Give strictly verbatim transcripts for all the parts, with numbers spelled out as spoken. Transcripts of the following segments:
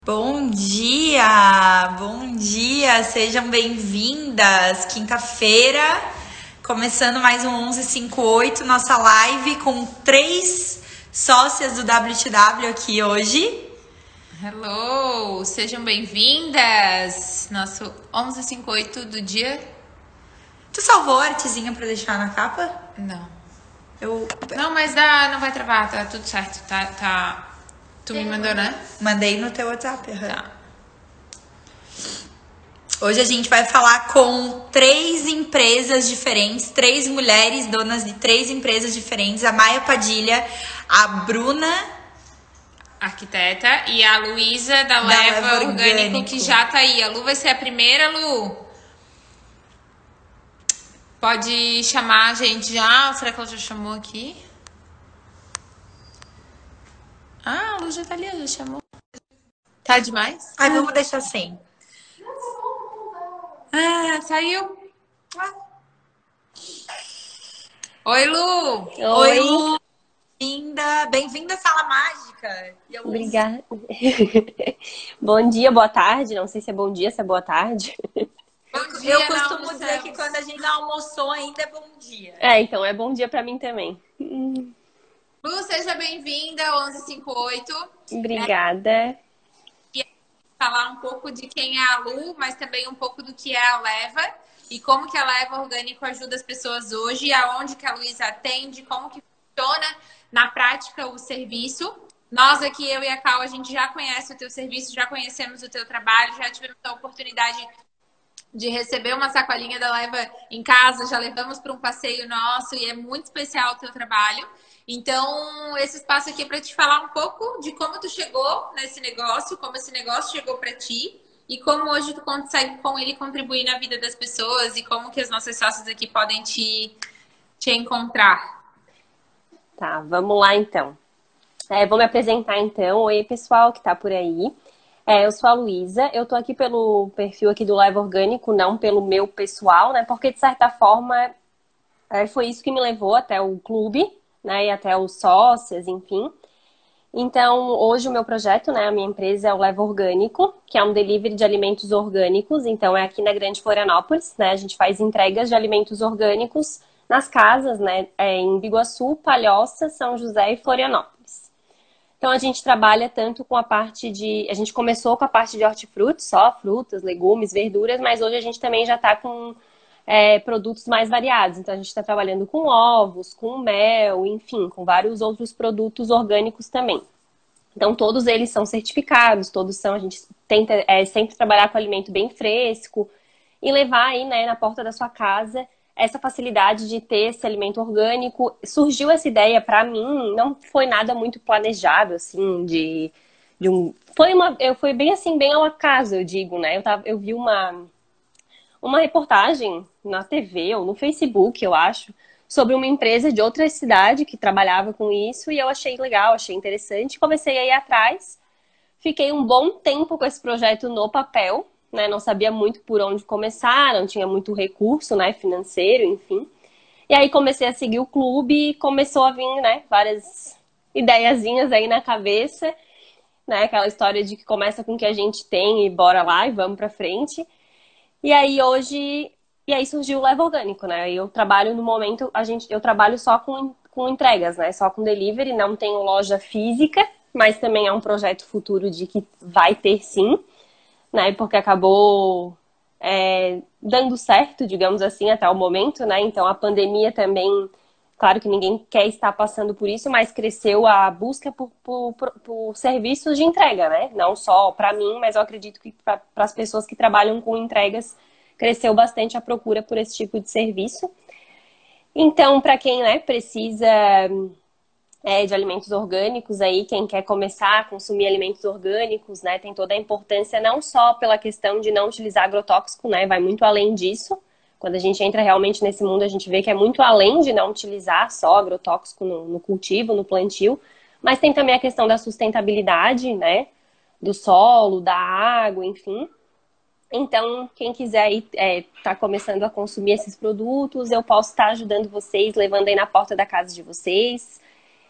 Bom dia, bom dia, sejam bem-vindas. Quinta-feira, começando mais um onze cinquenta e oito, nossa live com três sócias do W T W aqui hoje. Hello, sejam bem-vindas. Nosso onze cinquenta e oito do dia. Tu salvou a artezinha pra deixar na capa? Não. Eu Não, mas dá, não vai travar, tá tudo certo. Tá, tá. Tu me mandou, né? mandei no teu WhatsApp. Uhum. Tá. Hoje a gente vai falar com três empresas diferentes, três mulheres donas de três empresas diferentes. A Maia Padilha, a Bruna, Arquiteta, e a Luísa da, Da Leva, Leva Orgânico, Orgânico. que já tá aí. A Lu vai ser a primeira, Lu. Pode chamar a gente já? Será que ela já chamou aqui? Ah, a Lu já tá ali, ela já chamou. Tá demais? ai, vamos deixar sem. Ah, saiu. Oi, Lu. Oi, Lu. Bem-vinda, bem-vinda à Sala Mágica. E eu- Obrigada. Bom dia, boa tarde. Não sei se é bom dia, se é boa tarde. Bom dia, Eu costumo não, dizer que quando a gente não almoçou ainda é bom dia. É, então é bom dia pra mim também. Lu, seja bem-vinda ao onze cinquenta e oito. Obrigada. Falar um pouco de quem é a Lu, mas também um pouco do que é a Leva e como que a Leva Orgânico ajuda as pessoas hoje, aonde que a Luísa atende, como que funciona na prática o serviço. Nós aqui, eu e a Cal, a gente já conhece o teu serviço, já conhecemos o teu trabalho, já tivemos a oportunidade de receber uma sacolinha da Leva em casa, já levamos para um passeio nosso e é muito especial o teu trabalho. Então, esse espaço aqui é para te falar um pouco de como tu chegou nesse negócio, como esse negócio chegou para ti e como hoje tu consegue com ele contribuir na vida das pessoas e como que as nossas sócias aqui podem te, te encontrar. Tá, vamos lá então. É, vou me apresentar então. Oi, pessoal que tá por aí. É, eu sou a Luísa, eu tô aqui pelo perfil aqui do Leva Orgânico, não pelo meu pessoal, né? Porque de certa forma é, foi isso que me levou até o clube, né? E até os sócios, enfim. Então, hoje o meu projeto, né, a minha empresa é o Leva Orgânico, que é um delivery de alimentos orgânicos. Então, é aqui na Grande Florianópolis, né? A gente faz entregas de alimentos orgânicos nas casas, né? É, em Biguaçu, Palhoça, São José e Florianópolis. Então, a gente trabalha tanto com a parte de... A gente começou com a parte de hortifruti, só frutas, legumes, verduras, mas hoje a gente também já está com é, produtos mais variados. Então, a gente está trabalhando com ovos, com mel, enfim, com vários outros produtos orgânicos também. Então, todos eles são certificados, todos são... A gente tenta é, sempre trabalhar com alimento bem fresco e levar aí, né, na porta da sua casa essa facilidade de ter esse alimento orgânico. Surgiu essa ideia para mim, não foi nada muito planejado, assim, de, de um... Foi, uma, eu, foi bem assim, bem ao acaso, eu digo, né? Eu, tava, eu vi uma, uma reportagem na T V ou no Facebook, eu acho, sobre uma empresa de outra cidade que trabalhava com isso e eu achei legal, achei interessante. Comecei a ir atrás, fiquei um bom tempo com esse projeto no papel, né? Não sabia muito por onde começar, não tinha muito recurso, né, financeiro, enfim. E aí comecei a seguir o clube e começou a vir, né, várias ideiazinhas aí na cabeça, né, aquela história de que começa com o que a gente tem e bora lá e vamos pra frente. E aí hoje, e aí surgiu o Leva Orgânico, né? Eu trabalho no momento, a gente, eu trabalho só com, com entregas, né? Só com delivery, não tenho loja física, mas também é um projeto futuro de que vai ter sim, né? Porque acabou é, dando certo, digamos assim, até o momento, né? Então a pandemia também, claro que ninguém quer estar passando por isso, mas cresceu a busca por, por, por, por serviços de entrega, né? Não só para mim, mas eu acredito que para as pessoas que trabalham com entregas, cresceu bastante a procura por esse tipo de serviço. Então, para quem, né, precisa é, de alimentos orgânicos aí, quem quer começar a consumir alimentos orgânicos, né, tem toda a importância, não só pela questão de não utilizar agrotóxico, né, vai muito além disso. Quando a gente entra realmente nesse mundo, a gente vê que é muito além de não utilizar só agrotóxico no, no cultivo, no plantio, mas tem também a questão da sustentabilidade, né, do solo, da água, enfim. Então, quem quiser aí é, tá começando a consumir esses produtos, eu posso estar ajudando vocês, levando aí na porta da casa de vocês.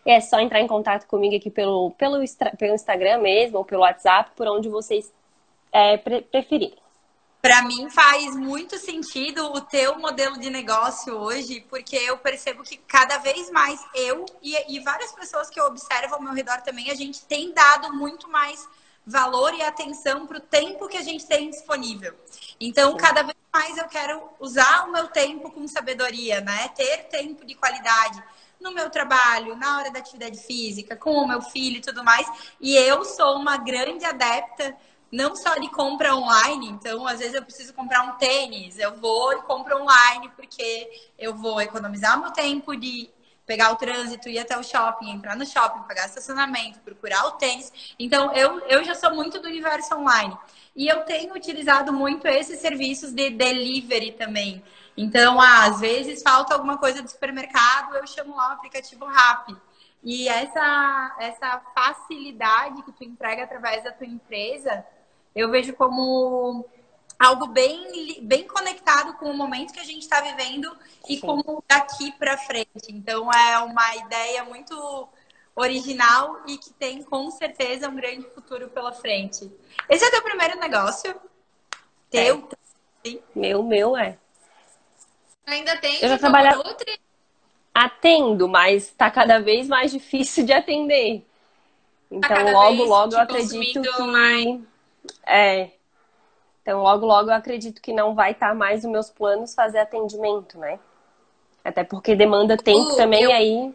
E é só entrar em contato comigo aqui pelo, pelo, pelo Instagram mesmo, ou pelo WhatsApp, por onde vocês é, pre preferirem. Para mim faz muito sentido o teu modelo de negócio hoje, porque eu percebo que cada vez mais eu e, e várias pessoas que eu observo ao meu redor também, a gente tem dado muito mais valor e atenção para o tempo que a gente tem disponível. Então, cada vez mais eu quero usar o meu tempo com sabedoria, né? Ter tempo de qualidade no meu trabalho, na hora da atividade física, com o meu filho e tudo mais. E eu sou uma grande adepta não só de compra online, então às vezes eu preciso comprar um tênis, eu vou e compro online porque eu vou economizar meu tempo de pegar o trânsito, ir até o shopping, entrar no shopping, pagar estacionamento, procurar o tênis. Então eu, eu já sou muito do universo online. E eu tenho utilizado muito esses serviços de delivery também. Então, ah, às vezes falta alguma coisa do supermercado, eu chamo lá o aplicativo Rappi. E essa, essa facilidade que tu entrega através da tua empresa, eu vejo como algo bem, bem conectado com o momento que a gente está vivendo e Sim. como daqui para frente. Então, é uma ideia muito original e que tem, com certeza, um grande futuro pela frente. Esse é teu primeiro negócio? Teu? É. Meu, meu é. Ainda tem eu já trabalho atendo, mas está cada vez mais difícil de atender. Então, tá logo, logo eu acredito que... Mais... É. Então, logo, logo eu acredito que não vai estar mais nos meus planos fazer atendimento, né? Até porque demanda tempo uh, também, eu... aí...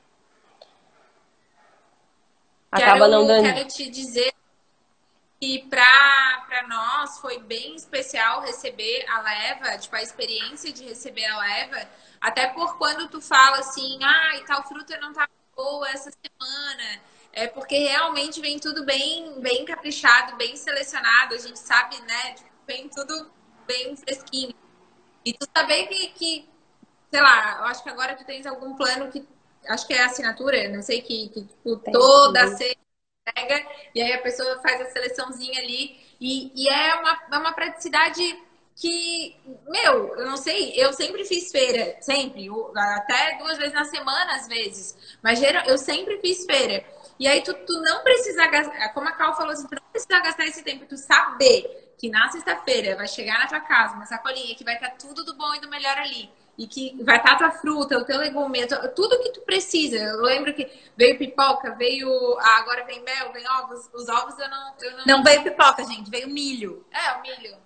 Acaba quero, não dando. Quero te dizer que para nós foi bem especial receber a Leva, tipo, a experiência de receber a Leva, até por quando tu fala assim, ah, e tal fruta não tá boa essa semana, é porque realmente vem tudo bem, bem caprichado, bem selecionado, a gente sabe, né, tipo, vem tudo bem fresquinho. E tu saber que, que, sei lá, eu acho que agora tu tens algum plano que, acho que é assinatura, não sei, que, que tipo, toda sexta pega, e aí a pessoa faz a seleçãozinha ali, e, e é, uma, é uma praticidade que, meu, eu não sei, eu sempre fiz feira, sempre, até duas vezes na semana, às vezes, mas eu sempre fiz feira. E aí tu, tu não precisa gastar, como a Cal falou assim, tu não precisa gastar esse tempo, tu saber que na sexta-feira vai chegar na tua casa uma sacolinha que vai estar tudo do bom e do melhor ali. E que vai estar a tua fruta, o teu legume, tudo que tu precisa. Eu lembro que veio pipoca, veio... Ah, agora vem mel, vem ovos. Os ovos eu não... Eu não... não veio pipoca, gente. Veio milho. É, o milho.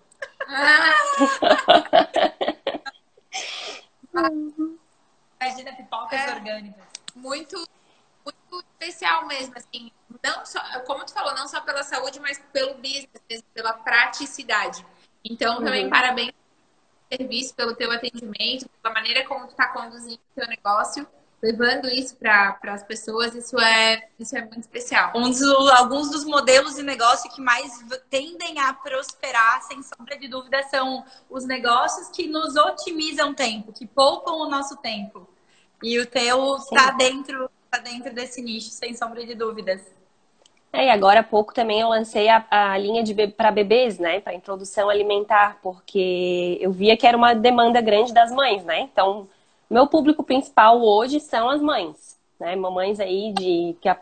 Ah. Imagina pipocas é, orgânicas. Muito, muito especial mesmo, assim. Não só, como tu falou, não só pela saúde, mas pelo business, pela praticidade. Então, uhum. também parabéns serviço, pelo teu atendimento, pela maneira como tu está conduzindo o teu negócio, levando isso para as pessoas, isso é, isso é muito especial. Um dos, alguns dos modelos de negócio que mais tendem a prosperar, sem sombra de dúvida, são os negócios que nos otimizam tempo, que poupam o nosso tempo. E o teu está dentro, tá dentro desse nicho, sem sombra de dúvidas. É, e agora há pouco também eu lancei a, a linha de be para bebês, né? Para introdução alimentar, porque eu via que era uma demanda grande das mães, né? Então, meu público principal hoje são as mães, né? Mamães aí de... Que a...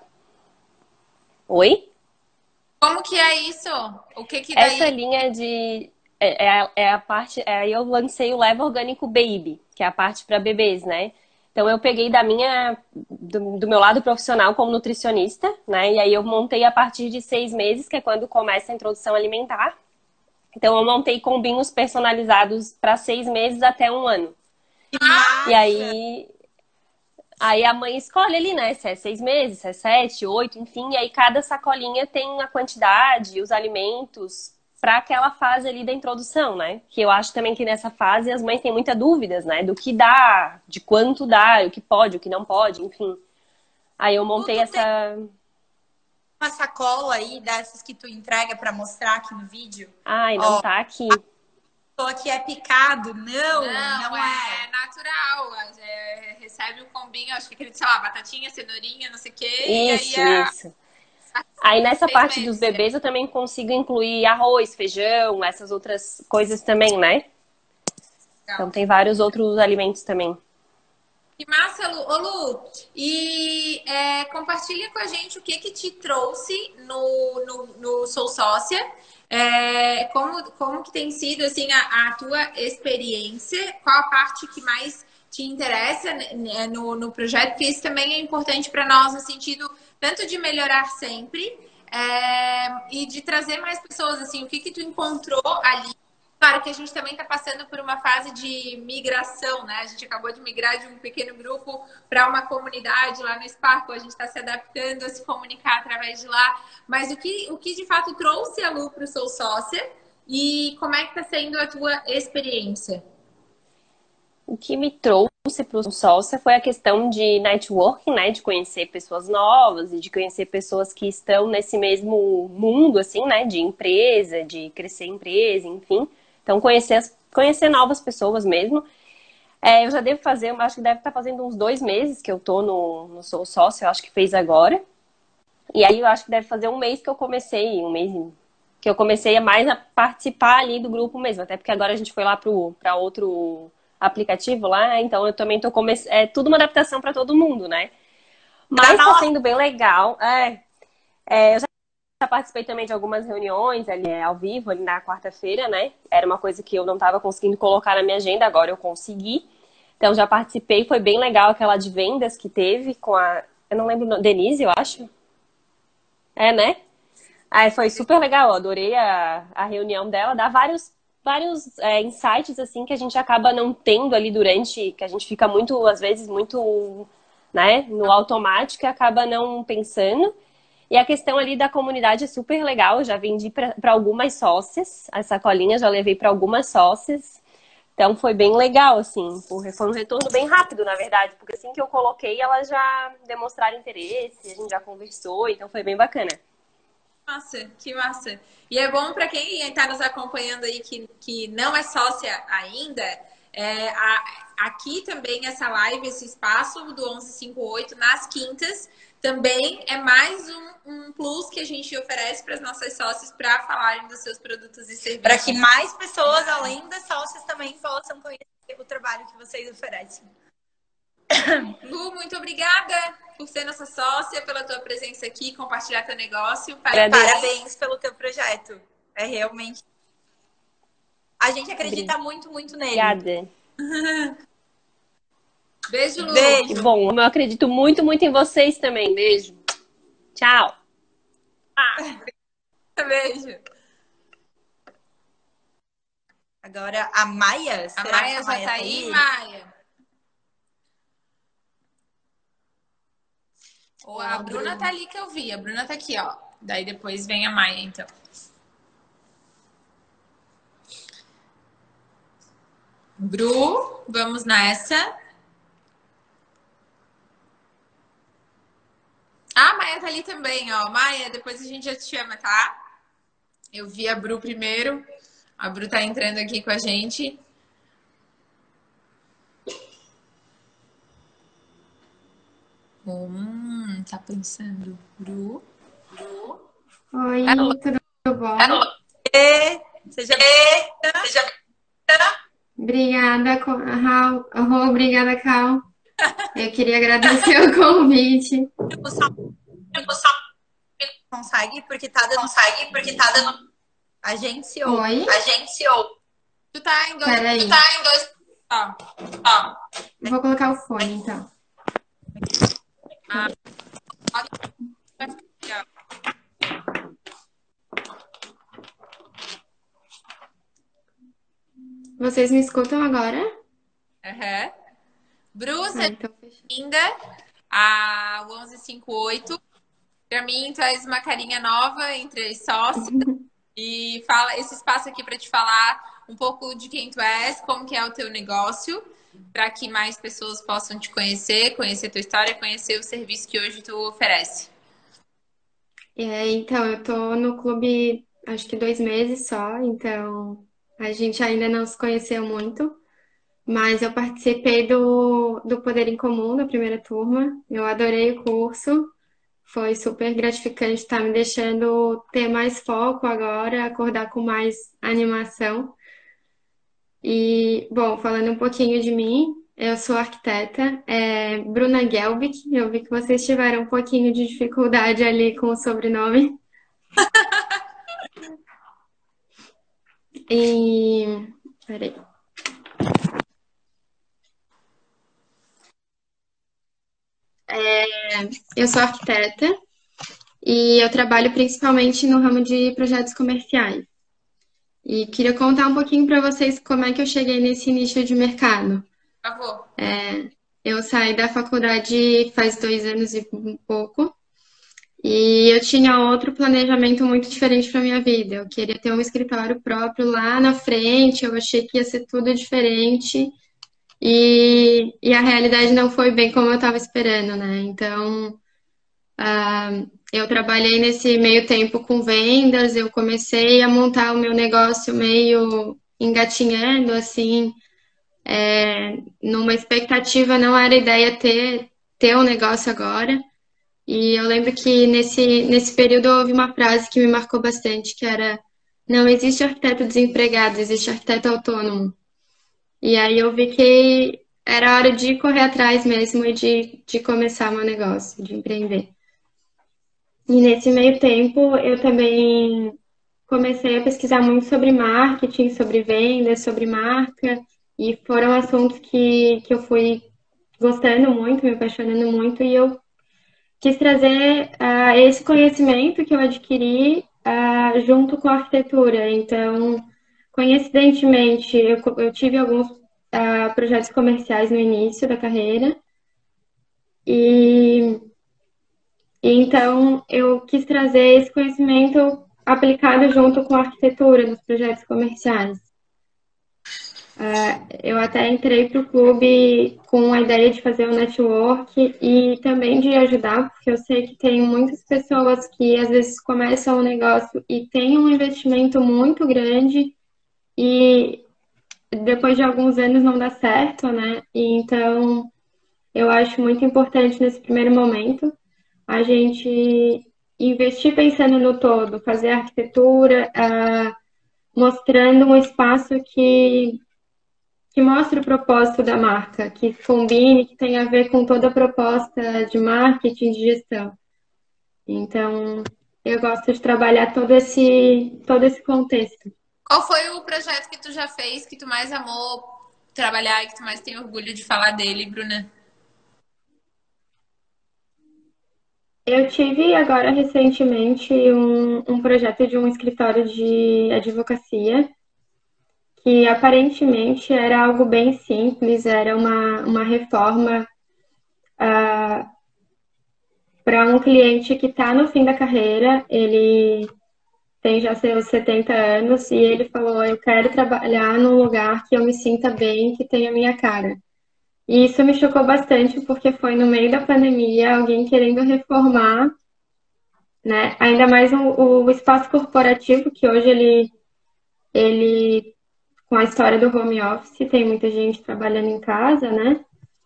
Oi? Como que é isso? O que que daí... Essa linha de... É, é, a, é a parte... É, aí eu lancei o Leva Orgânico Baby, que é a parte para bebês, né? Então, eu peguei da minha, do, do meu lado profissional como nutricionista, né? E aí eu montei a partir de seis meses, que é quando começa a introdução alimentar. Então, eu montei combinhos personalizados para seis meses até um ano. Ah, e aí, aí a mãe escolhe ali, né? Se é seis meses, se é sete, oito, enfim. E aí cada sacolinha tem a quantidade, os alimentos para aquela fase ali da introdução, né? Que eu acho também que nessa fase as mães têm muitas dúvidas, né? Do que dá, de quanto dá, o que pode, o que não pode, enfim. Aí eu montei Tudo essa... Tem uma sacola aí dessas que tu entrega para mostrar aqui no vídeo. Ai, não Ó, tá aqui. A que é picado, não, não, não é. é natural. É, recebe o combinho, acho que aquele, sei lá, batatinha, cenourinha, não sei o quê. Isso, e aí isso. A... Aí nessa parte dos bebês eu também consigo incluir arroz, feijão, essas outras coisas também, né? Então tem vários outros alimentos também. Que massa, Lu. Ô, Lu, e é, compartilha com a gente o que que te trouxe no, no, no Sou Sócia. É, como, como que tem sido assim a, a tua experiência? Qual a parte que mais te interessa, né, no, no projeto? Porque isso também é importante para nós no sentido tanto de melhorar sempre, é, e de trazer mais pessoas. Assim, o que que tu encontrou ali? Claro que a gente também está passando por uma fase de migração, né? A gente acabou de migrar de um pequeno grupo para uma comunidade lá no Sparkle. A gente está se adaptando a se comunicar através de lá. Mas o que, o que de fato trouxe a Lu para o Sou Sócia e como é que está sendo a tua experiência? O que me trouxe para o Sócia foi a questão de networking, né? De conhecer pessoas novas e de conhecer pessoas que estão nesse mesmo mundo, assim, né? De empresa, de crescer empresa, enfim. Então, conhecer, as, conhecer novas pessoas mesmo. É, eu já devo fazer, eu acho que deve estar fazendo uns dois meses que eu tô no, no Sou Sócio, eu acho que fez agora. E aí eu acho que deve fazer um mês que eu comecei, um mês que eu comecei a mais a participar ali do grupo mesmo. Até porque agora a gente foi lá para outro aplicativo lá, então eu também tô começando. É tudo uma adaptação para todo mundo, né? Mas tá sendo bem legal. É, é, eu já Já participei também de algumas reuniões ali, é, ao vivo, ali na quarta-feira, né? Era uma coisa que eu não estava conseguindo colocar na minha agenda, agora eu consegui. Então já participei, foi bem legal aquela de vendas que teve com a... Eu não lembro, o nome, Denise, eu acho. É, né? Aí foi super legal, eu adorei a, a reunião dela, dá vários, vários é, insights, assim, que a gente acaba não tendo ali durante, que a gente fica muito, às vezes, muito, né, no automático e acaba não pensando. E a questão ali da comunidade é super legal. Eu já vendi para algumas sócias. A sacolinha já levei para algumas sócias. Então foi bem legal, assim. Foi um retorno bem rápido, na verdade. Porque assim que eu coloquei, elas já demonstraram interesse. A gente já conversou. Então foi bem bacana. Massa, que massa. E é bom para quem está nos acompanhando aí que, que não é sócia ainda. É, a, aqui também essa live, esse espaço do onze cinquenta e oito nas quintas, também é mais um, um plus que a gente oferece para as nossas sócias para falarem dos seus produtos e serviços. Para que mais pessoas, além das sócias, também possam conhecer o trabalho que vocês oferecem. Lu, muito obrigada por ser nossa sócia, pela tua presença aqui, compartilhar teu negócio. Parabéns, Parabéns pelo teu projeto. É realmente... A gente acredita Obrigada. muito, muito nele. Obrigada. Beijo, Lu. Beijo. Bom, eu acredito muito, muito em vocês também. Beijo. Tchau. Ah, beijo. Agora, a Maia? A Maia já tá aí, Maia? Ou a Bruna tá ali que eu vi. A Bruna tá aqui, ó. Daí depois vem a Maia, então. Bru, vamos nessa. Ah, a Maia tá ali também, ó. Maia, depois a gente já te chama, tá? Eu vi a Bru primeiro. A Bru tá entrando aqui com a gente. Hum, tá pensando. Bru? Bru? Oi, Alô. Tudo bom? Alô. E, seja bem-vinda. Seja bem-vinda. Obrigada, Raul. Oh, obrigada, Cal. Eu queria agradecer o convite. Consegue? Porque tá dando. Consegue? Porque tá dando. A gente se ouve. Oi? A gente se ouve. Tu tá em dois. Peraí. Tu tá em dois. Ó. Ó. Vou colocar o fone, então. Ah. Vocês me escutam agora? Aham. Uhum. Bru, ah, seja então bem-vinda a onze cinquenta e oito. Pra mim, tu és uma carinha nova entre sócios. E fala esse espaço aqui para te falar um pouco de quem tu és, como que é o teu negócio, para que mais pessoas possam te conhecer, conhecer a tua história, conhecer o serviço que hoje tu oferece. É, então, eu tô no clube acho que dois meses só, então a gente ainda não se conheceu muito, mas eu participei do, do Poder em Comum na primeira turma, eu adorei o curso, foi super gratificante, tá me deixando ter mais foco agora, acordar com mais animação. E, bom, falando um pouquinho de mim, Eu sou arquiteta, é Bruna Gelbick. Eu vi que vocês tiveram um pouquinho de dificuldade ali com o sobrenome. E. Peraí. Eu sou arquiteta e eu trabalho principalmente no ramo de projetos comerciais. E queria contar um pouquinho para vocês como é que eu cheguei nesse nicho de mercado. Por favor. Eu saí da faculdade faz dois anos e um pouco. E eu tinha outro planejamento muito diferente para minha vida. Eu queria ter um escritório próprio lá na frente, eu achei que ia ser tudo diferente e, e a realidade não foi bem como eu estava esperando, né? Então, ah, eu trabalhei nesse meio tempo com vendas, eu comecei a montar o meu negócio meio engatinhando, assim, é, numa expectativa, não era ideia ter, ter um negócio agora. E eu lembro que nesse, nesse período eu ouvi uma frase que me marcou bastante, que era: não existe arquiteto desempregado, existe arquiteto autônomo. E aí eu vi que era hora de correr atrás mesmo e de, de começar meu negócio, de empreender. E nesse meio tempo eu também comecei a pesquisar muito sobre marketing, sobre vendas, sobre marca, e foram assuntos que, que eu fui gostando muito, me apaixonando muito, e eu quis trazer uh, esse conhecimento que eu adquiri uh, junto com a arquitetura. Então, coincidentemente, eu, eu tive alguns uh, projetos comerciais no início da carreira, e, e então eu quis trazer esse conhecimento aplicado junto com a arquitetura nos projetos comerciais. Eu até entrei para o clube com a ideia de fazer um network e também de ajudar, porque eu sei que tem muitas pessoas que às vezes começam um negócio e têm um investimento muito grande e depois de alguns anos não dá certo, né? E então eu acho muito importante nesse primeiro momento a gente investir pensando no todo, fazer arquitetura, ah, mostrando um espaço que que mostre o propósito da marca, que combine, que tenha a ver com toda a proposta de marketing, de gestão. Então, eu gosto de trabalhar todo esse, todo esse contexto. Qual foi o projeto que tu já fez, que tu mais amou trabalhar e que tu mais tem orgulho de falar dele, Bruna? Eu tive agora recentemente um, um projeto de um escritório de advocacia que aparentemente era algo bem simples, era uma, uma reforma uh, para um cliente que está no fim da carreira, ele tem já seus setenta anos, e ele falou: eu quero trabalhar num lugar que eu me sinta bem, que tenha a minha cara. E isso me chocou bastante, porque foi no meio da pandemia, alguém querendo reformar, né? Ainda mais o, o espaço corporativo, que hoje ele, ele, com a história do home office, tem muita gente trabalhando em casa, né?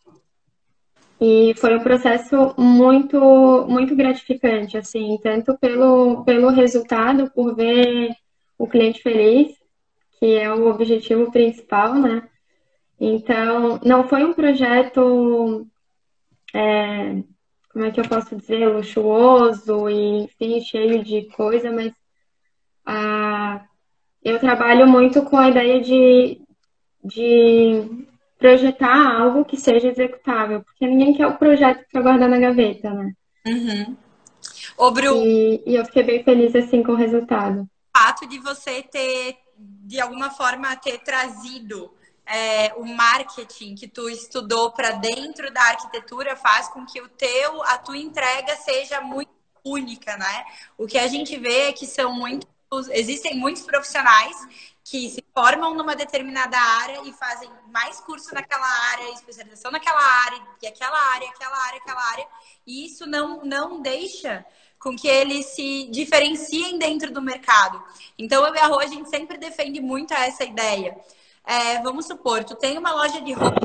E foi um processo muito, muito gratificante, assim, tanto pelo, pelo resultado, por ver o cliente feliz, que é o objetivo principal, né? Então, não foi um projeto, é, como é que eu posso dizer, luxuoso e, enfim, cheio de coisa, mas ah, eu trabalho muito com a ideia de, de projetar algo que seja executável, porque ninguém quer o projeto para guardar na gaveta, né? Uhum. Ô, Bru, E, e eu fiquei bem feliz assim com o resultado. O fato de você ter, de alguma forma, ter trazido é, o marketing que tu estudou para dentro da arquitetura faz com que o teu, a tua entrega seja muito única, né? O que a gente vê é que são muitos, existem muitos profissionais que se formam numa determinada área e fazem mais curso naquela área, especialização naquela área, e aquela área, aquela área, aquela área, e isso não, não deixa com que eles se diferenciem dentro do mercado. Então, eu e a Rô, a gente sempre defende muito essa ideia. É, vamos supor, tu tem uma loja de roupa,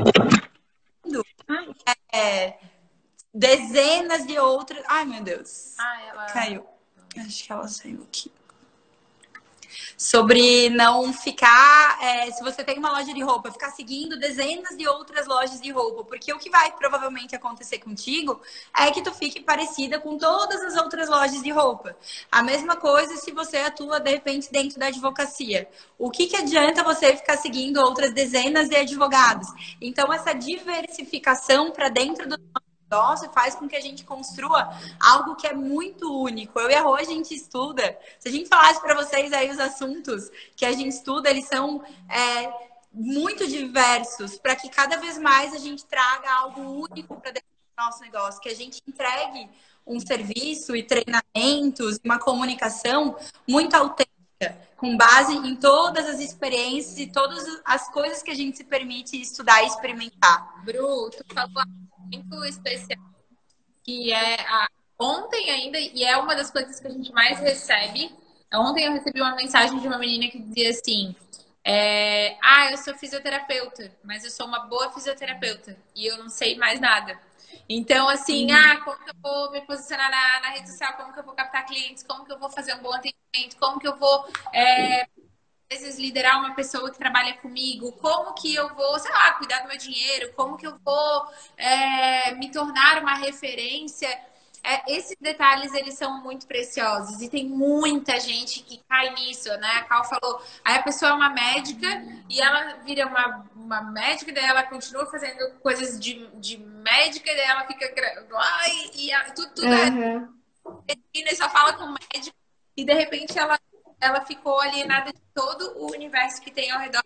é, dezenas de outras... Ai, meu Deus. Ah, ela... Caiu. Acho que ela saiu aqui. sobre não ficar, é, se você tem uma loja de roupa, ficar seguindo dezenas de outras lojas de roupa, porque o que vai provavelmente acontecer contigo é que tu fique parecida com todas as outras lojas de roupa. A mesma coisa se você atua, de repente, dentro da advocacia. O que, que adianta você ficar seguindo outras dezenas de advogados? Então, essa diversificação para dentro do negócio faz com que a gente construa algo que é muito único. Eu e a Rô, a gente estuda. Se a gente falasse para vocês aí os assuntos que a gente estuda, eles são é, muito diversos, para que cada vez mais a gente traga algo único para dentro do nosso negócio, que a gente entregue um serviço e treinamentos, uma comunicação muito autêntica, com base em todas as experiências e todas as coisas que a gente se permite estudar e experimentar. Bru, tu falou algo muito especial, que é a... ontem ainda, e é uma das coisas que a gente mais recebe. Ontem eu recebi uma mensagem de uma menina que dizia assim: é... ah, eu sou fisioterapeuta, mas eu sou uma boa fisioterapeuta e eu não sei mais nada. Então, assim, uhum. ah, como que eu vou me posicionar na, na rede social, como que eu vou captar clientes, como que eu vou fazer um bom atendimento, como que eu vou, é, às vezes, liderar uma pessoa que trabalha comigo, como que eu vou, sei lá, cuidar do meu dinheiro, como que eu vou é, me tornar uma referência. É, esses detalhes, eles são muito preciosos e tem muita gente que cai nisso, né? A Cal falou, aí a pessoa é uma médica e ela vira uma, uma médica, daí ela continua fazendo coisas de, de médica, daí ela fica... Ai, e ela, tudo, tudo uhum. é... E só fala com médico e, de repente, ela, ela ficou alienada de todo o universo que tem ao redor.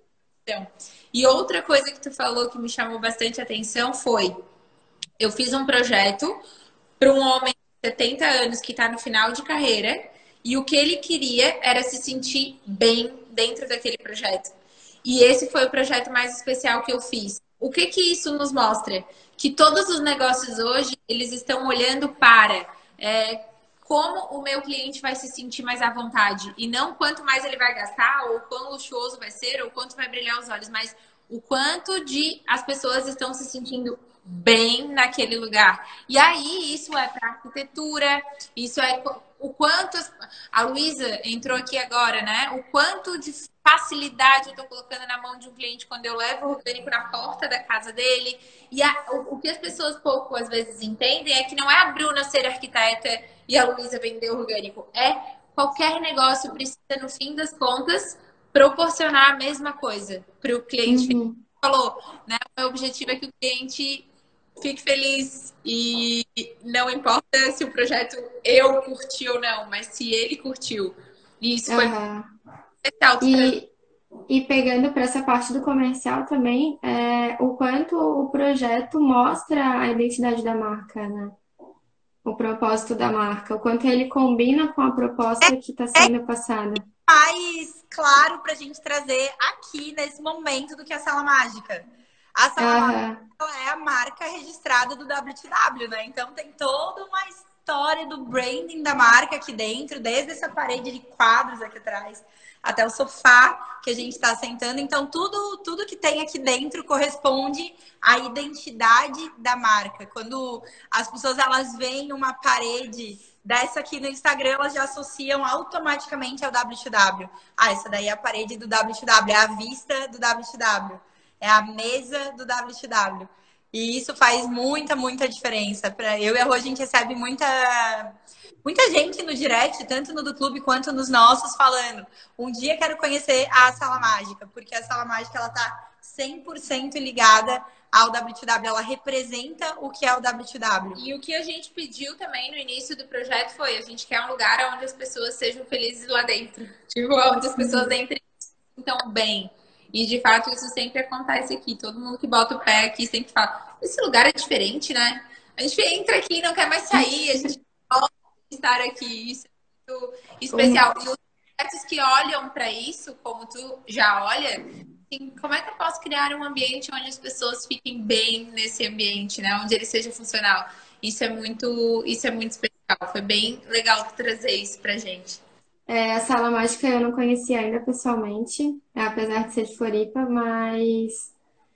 E outra coisa que tu falou que me chamou bastante atenção foi... Eu fiz um projeto para um homem de setenta anos que está no final de carreira e o que ele queria era se sentir bem dentro daquele projeto. E esse foi o projeto mais especial que eu fiz. O que que isso nos mostra? Que todos os negócios hoje, eles estão olhando para é, como o meu cliente vai se sentir mais à vontade. E não quanto mais ele vai gastar, ou quão luxuoso vai ser, ou quanto vai brilhar os olhos, mas o quanto de as pessoas estão se sentindo bem naquele lugar. E aí, isso é para arquitetura, isso é o quanto... A Luísa entrou aqui agora, né? O quanto de facilidade eu estou colocando na mão de um cliente quando eu levo o orgânico na porta da casa dele. E a, o, o que as pessoas pouco, às vezes, entendem é que não é a Bruna ser arquiteta e a Luísa vender orgânico. É qualquer negócio precisa, no fim das contas, proporcionar a mesma coisa para o cliente. Uhum. Falou, né? O meu objetivo é que o cliente fique feliz e não importa se o projeto eu curti ou não, mas se ele curtiu. E isso foi uhum. especial. E, e pegando para essa parte do comercial também, é, o quanto o projeto mostra a identidade da marca, né? O propósito da marca, o quanto ele combina com a proposta que está sendo passada. Mais claro para a gente trazer aqui nesse momento do que a Sala Mágica. A Sala uhum. Mágica ela é a marca registrada do W T W, né? Então tem toda uma história do branding da marca aqui dentro, desde essa parede de quadros aqui atrás até o sofá que a gente está sentando. Então tudo, tudo que tem aqui dentro corresponde à identidade da marca. Quando as pessoas elas veem uma parede dessa aqui no Instagram, elas já associam automaticamente ao W T W. Ah, essa daí é a parede do W T W, é a vista do W T W, é a mesa do W T W. E isso faz muita, muita diferença. Pra eu e a Rô, a gente recebe muita, muita gente no direct, tanto no do clube quanto nos nossos, falando: um dia quero conhecer a Sala Mágica, porque a Sala Mágica ela tá cem por cento ligada ao W T W, ela representa o que é o W T W. E o que a gente pediu também no início do projeto foi: a gente quer um lugar onde as pessoas sejam felizes lá dentro. Tipo, onde as pessoas entrem e se sintam bem. E de fato isso sempre acontece aqui. Todo mundo que bota o pé aqui sempre fala: esse lugar é diferente, né? A gente entra aqui e não quer mais sair, a gente gosta de estar aqui. Isso é muito especial. E os projetos que olham para isso, como tu já olha, assim, como é que eu posso criar um ambiente onde as pessoas fiquem bem nesse ambiente, né? Onde ele seja funcional. Isso é muito, isso é muito especial. Foi bem legal trazer isso pra gente. É, a Sala Mágica eu não conhecia ainda pessoalmente, apesar de ser de Floripa, mas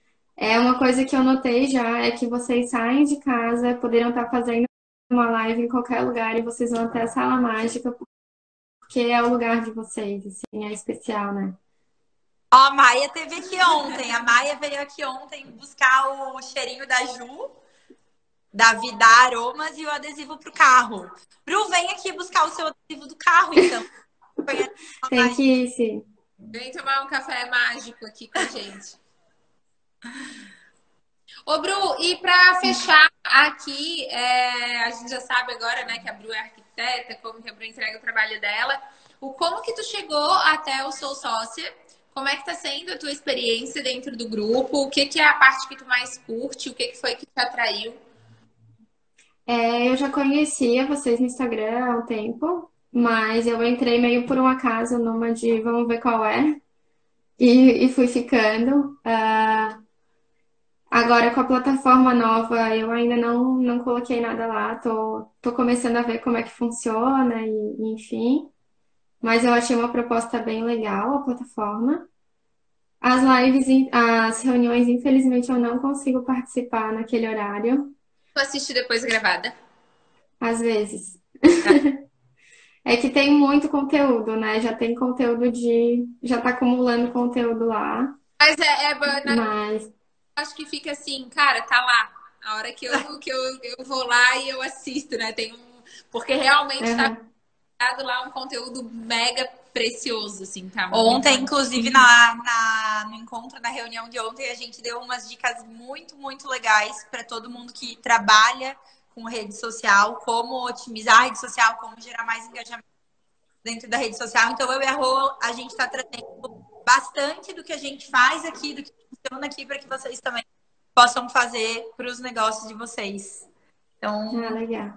é uma coisa que eu notei já, é que vocês saem de casa, poderiam estar fazendo uma live em qualquer lugar e vocês vão até a Sala Mágica porque é o lugar de vocês, assim, é especial, né? Ó, a Maia teve aqui ontem. A Maia veio aqui ontem buscar o cheirinho da Ju, da Vida Aromas e o adesivo pro carro. Bru, vem aqui buscar o seu adesivo do carro, então. Tem que ir, sim. Vem tomar um café mágico aqui com a gente. Ô, Bru, e para fechar aqui, é, a gente já sabe agora, né, que a Bru é arquiteta, como que a Bru entrega o trabalho dela. O como que tu chegou até o Sou Sócia? Como é que tá sendo a tua experiência dentro do grupo? O que que é a parte que tu mais curte? O que que foi que te atraiu? É, eu já conhecia vocês no Instagram há um tempo, mas eu entrei meio por um acaso numa de vamos ver qual é, e, e fui ficando. Ah, agora com a plataforma nova, eu ainda não, não coloquei nada lá, tô, tô começando a ver como é que funciona, e, e enfim. Mas eu achei uma proposta bem legal, a plataforma. As lives, in- as reuniões, infelizmente, eu não consigo participar naquele horário, Tu assiste depois gravada? às vezes. É que tem muito conteúdo, né? Já tem conteúdo de. Já tá acumulando conteúdo lá, Mas é, é na- mas. acho que fica assim, cara, tá lá. A hora que eu, que eu, eu vou lá e eu assisto, né? Tem um, porque realmente tá Aham. dado lá um conteúdo mega precioso, assim, tá? Ontem, Muito. inclusive, na, na- no encontro, na reunião de ontem, a gente deu umas dicas muito, muito legais para todo mundo que trabalha com rede social, como otimizar a rede social, como gerar mais engajamento dentro da rede social. Então, eu e a Rô, a gente está trazendo bastante do que a gente faz aqui, do que funciona aqui, para que vocês também possam fazer para os negócios de vocês. Então, Ah, legal.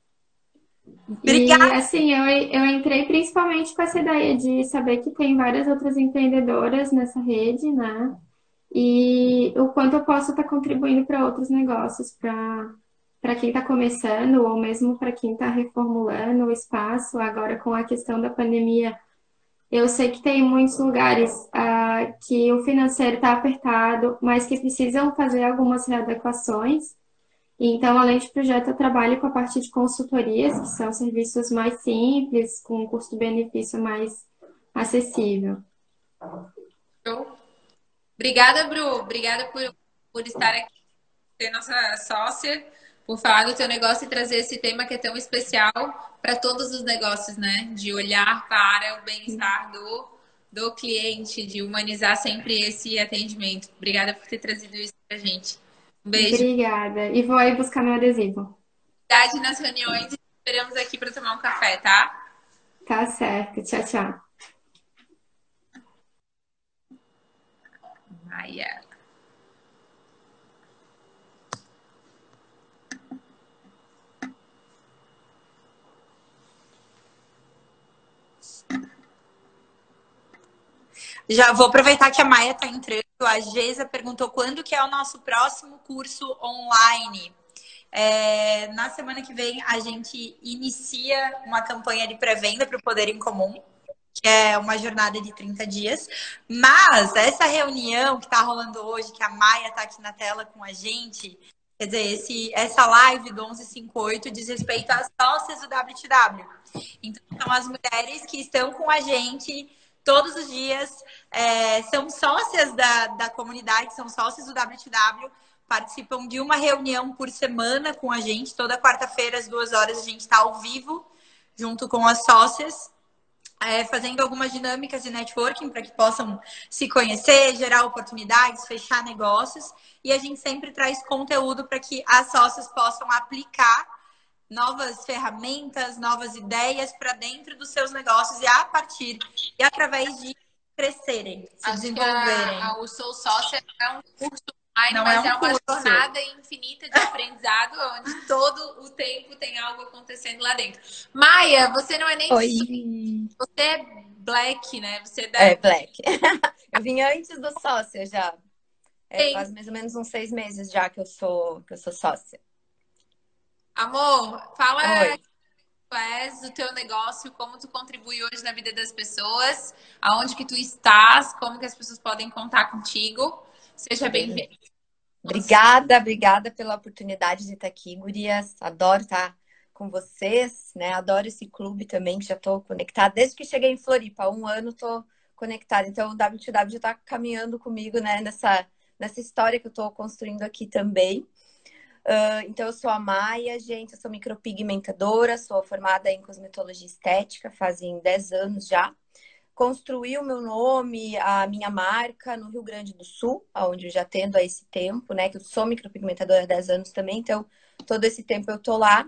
E obrigada. assim, eu, eu entrei principalmente com essa ideia de saber que tem várias outras empreendedoras nessa rede, né? E o quanto eu posso estar contribuindo para outros negócios, para para quem está começando, ou mesmo para quem está reformulando o espaço, agora com a questão da pandemia. Eu sei que tem muitos lugares ah, que o financeiro está apertado, mas que precisam fazer algumas readequações. Então, além de projeto, eu trabalho com a parte de consultorias, que são serviços mais simples, com um custo-benefício mais acessível. Show. Obrigada, Bru. Obrigada por, por estar aqui, ser nossa sócia, por falar do teu negócio e trazer esse tema que é tão especial para todos os negócios, né? De olhar para o bem-estar do, do cliente, de humanizar sempre esse atendimento. Obrigada por ter trazido isso para a gente. Um beijo. Obrigada. E vou aí buscar meu adesivo. Obrigada nas reuniões e esperamos aqui para tomar um café, tá? Tá certo. Tchau, tchau. Maia. Já vou aproveitar que a Maia está entrando. A Geisa perguntou quando que é o nosso próximo curso online. É, na semana que vem a gente inicia uma campanha de pré-venda para o Poder em Comum, que é uma jornada de trinta dias. Mas essa reunião que está rolando hoje, que a Maia está aqui na tela com a gente, quer dizer, esse, essa live do onze cinquenta e oito diz respeito às sócias do W T W. Então, são as mulheres que estão com a gente todos os dias, é, são sócias da, da comunidade, são sócias do W T W, participam de uma reunião por semana com a gente. Toda quarta-feira, às duas horas, a gente está ao vivo, junto com as sócias, é, fazendo algumas dinâmicas de networking para que possam se conhecer, gerar oportunidades, fechar negócios. E a gente sempre traz conteúdo para que as sócias possam aplicar novas ferramentas, novas ideias para dentro dos seus negócios e a partir e através de crescerem, se Acho que desenvolverem. a, a, o Sou Sócia não é um curso online, Não mas é um é uma curso. jornada infinita de aprendizado, onde todo o tempo tem algo acontecendo lá dentro. Maia, você não é nem Oi. sócia, você é black, né? Você é da... É, Black. Eu vim antes do sócia já. É, Sim. faz mais ou menos uns seis meses já que eu sou, que eu sou sócia. Amor, fala Oi. quem tu és, o teu negócio, como tu contribui hoje na vida das pessoas, aonde que tu estás, como que as pessoas podem contar contigo. Seja bem-vindo. Obrigada, obrigada pela oportunidade de estar aqui, gurias. Adoro estar com vocês, né? Adoro esse clube também, que já estou conectada. Desde que cheguei em Floripa, há um ano estou conectada. Então, o W dois W já está caminhando comigo, né? Nessa, nessa história que eu estou construindo aqui também. Uh, então, eu sou a Maia, gente, eu sou micropigmentadora, sou formada em cosmetologia estética, fazem dez anos já. Construí o meu nome, a minha marca no Rio Grande do Sul, onde eu já atendo há esse tempo, né? Que eu sou micropigmentadora há dez anos também, então todo esse tempo eu tô lá.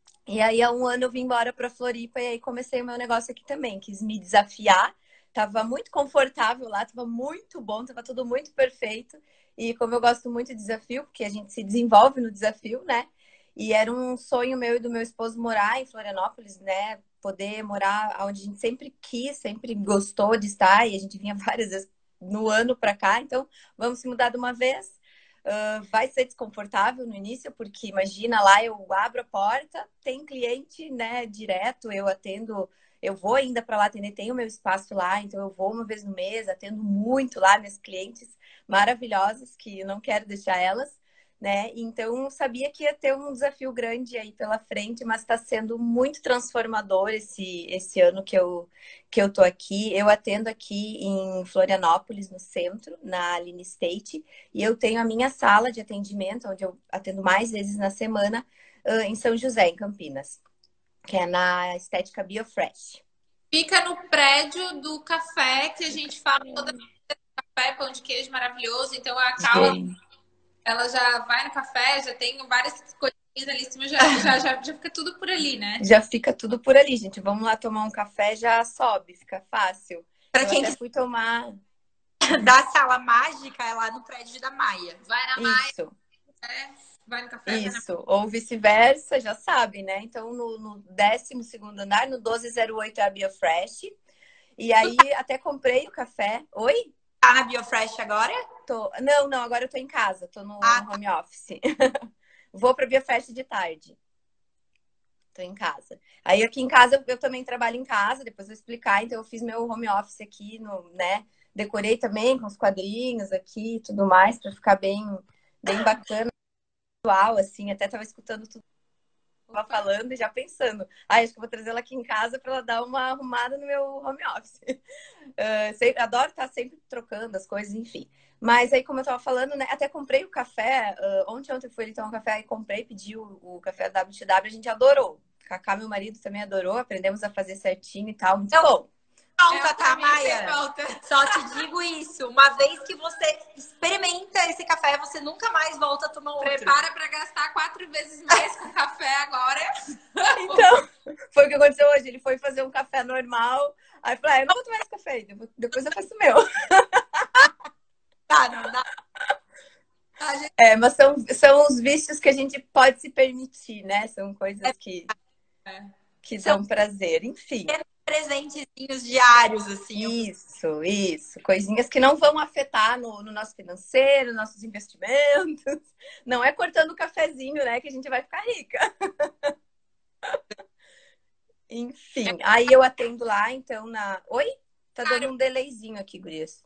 E aí, há um ano eu vim embora para Floripa e aí comecei o meu negócio aqui também. Quis me desafiar, tava muito confortável lá, tava muito bom, tava tudo muito perfeito. E como eu gosto muito de desafio, porque a gente se desenvolve no desafio, né? E era um sonho meu e do meu esposo morar em Florianópolis, né? Poder morar onde a gente sempre quis, sempre gostou de estar, e a gente vinha várias vezes no ano para cá, então vamos se mudar de uma vez. Uh, vai ser desconfortável no início, porque imagina lá, eu abro a porta, tem cliente, né, direto, eu atendo, eu vou ainda para lá atender, tenho meu espaço lá, então eu vou uma vez no mês, atendo muito lá minhas clientes maravilhosas, que eu não quero deixar elas, né? Então sabia que ia ter um desafio grande aí pela frente, mas está sendo muito transformador esse, esse ano que eu, que eu tô aqui. Eu atendo aqui em Florianópolis, no centro, na Aline State, e eu tenho a minha sala de atendimento, onde eu atendo mais vezes na semana, uh, em São José, em Campinas, que é na Estética Biofresh. Fica no prédio do café que a gente fala toda vez, café, pão de queijo maravilhoso. Então a Cal, ela já vai no café, já tem várias coisinhas ali em cima, já, já, já, já fica tudo por ali, né? Já fica tudo por ali, gente. Vamos lá tomar um café, já sobe, fica fácil. Pra eu quem até fui tomar da sala mágica é lá no prédio da Maia. Vai na Maia, isso. é, vai no café. Isso, vai na... ou vice-versa, já sabe, né? Então, no, no décimo segundo andar, no doze zero oito é a Biofresh. E aí, até comprei o café. Oi? Tá na Biofresh agora? Tô... Não, não, agora eu tô em casa, tô no Ah, home office. Vou pra Biofresh de tarde. Tô em casa. Aí, aqui em casa, eu também trabalho em casa, depois eu vou explicar. Então, eu fiz meu home office aqui, no, né? Decorei também com os quadrinhos aqui e tudo mais, pra ficar bem, bem bacana. Assim, até tava escutando tudo que tava falando e já pensando, ah, acho que eu vou trazer ela aqui em casa para ela dar uma arrumada no meu home office. Uh, sempre, adoro estar sempre trocando as coisas, enfim. Mas aí, como eu tava falando, né, até comprei o café, uh, ontem, ontem fui ali tomar um café e comprei, pedi o, o café W T W, a gente adorou. Cacá, meu marido, também adorou, aprendemos a fazer certinho e tal, muito bom. Volta, É, tá, mim, Maia? volta. Só te digo isso. Uma vez que você experimenta esse café, você nunca mais volta a tomar outro. Prepara para gastar quatro vezes mais com café agora. Então, foi o que aconteceu hoje. Ele foi fazer um café normal. Aí eu falei, ah, eu não vou tomar esse café. Depois eu faço o meu. Tá, não dá. É, mas são, são os vícios que a gente pode se permitir, né? São coisas que, que dão prazer. Enfim. Presentezinhos diários, assim. Isso, isso. Coisinhas que não vão afetar no, no nosso financeiro, nossos investimentos. Não é cortando o cafezinho, né, que a gente vai ficar rica. Enfim, aí eu atendo lá, então, na... Oi? Tá dando um delayzinho aqui, gurias.